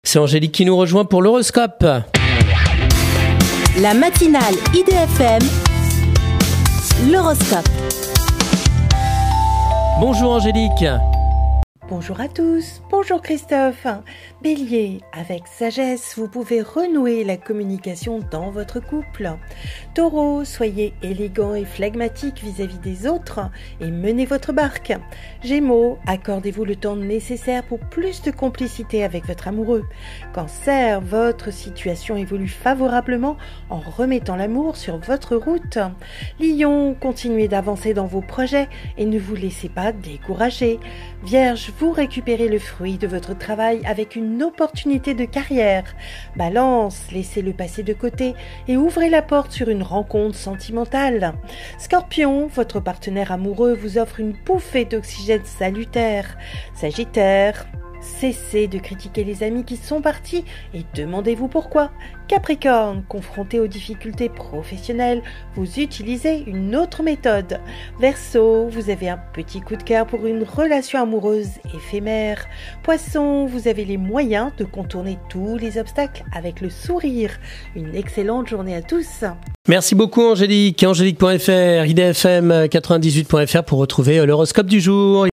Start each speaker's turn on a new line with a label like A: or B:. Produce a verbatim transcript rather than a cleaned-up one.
A: C'est Angélique qui nous rejoint pour l'horoscope.
B: La matinale I D F M, l'horoscope.
A: Bonjour Angélique.
C: Bonjour à tous, bonjour Christophe. Bélier, avec sagesse, vous pouvez renouer la communication dans votre couple. Taureau, soyez élégant et flegmatique vis-à-vis des autres et menez votre barque. Gémeaux, accordez-vous le temps nécessaire pour plus de complicité avec votre amoureux. Cancer, votre situation évolue favorablement en remettant l'amour sur votre route. Lion, continuez d'avancer dans vos projets et ne vous laissez pas décourager. Vierge, vous récupérez le fruit de votre travail avec une opportunité de carrière. Balance, laissez le passé de côté et ouvrez la porte sur une rencontre sentimentale. Scorpion, votre partenaire amoureux vous offre une bouffée d'oxygène salutaire. Sagittaire, cessez de critiquer les amis qui sont partis et demandez-vous pourquoi. Capricorne, confronté aux difficultés professionnelles, vous utilisez une autre méthode. Verseau, vous avez un petit coup de cœur pour une relation amoureuse éphémère. Poisson, vous avez les moyens de contourner tous les obstacles avec le sourire. Une excellente journée à tous.
A: Merci beaucoup Angélique. Angélique point F R, I D F M quatre-vingt-dix-huit point F R pour retrouver l'horoscope du jour.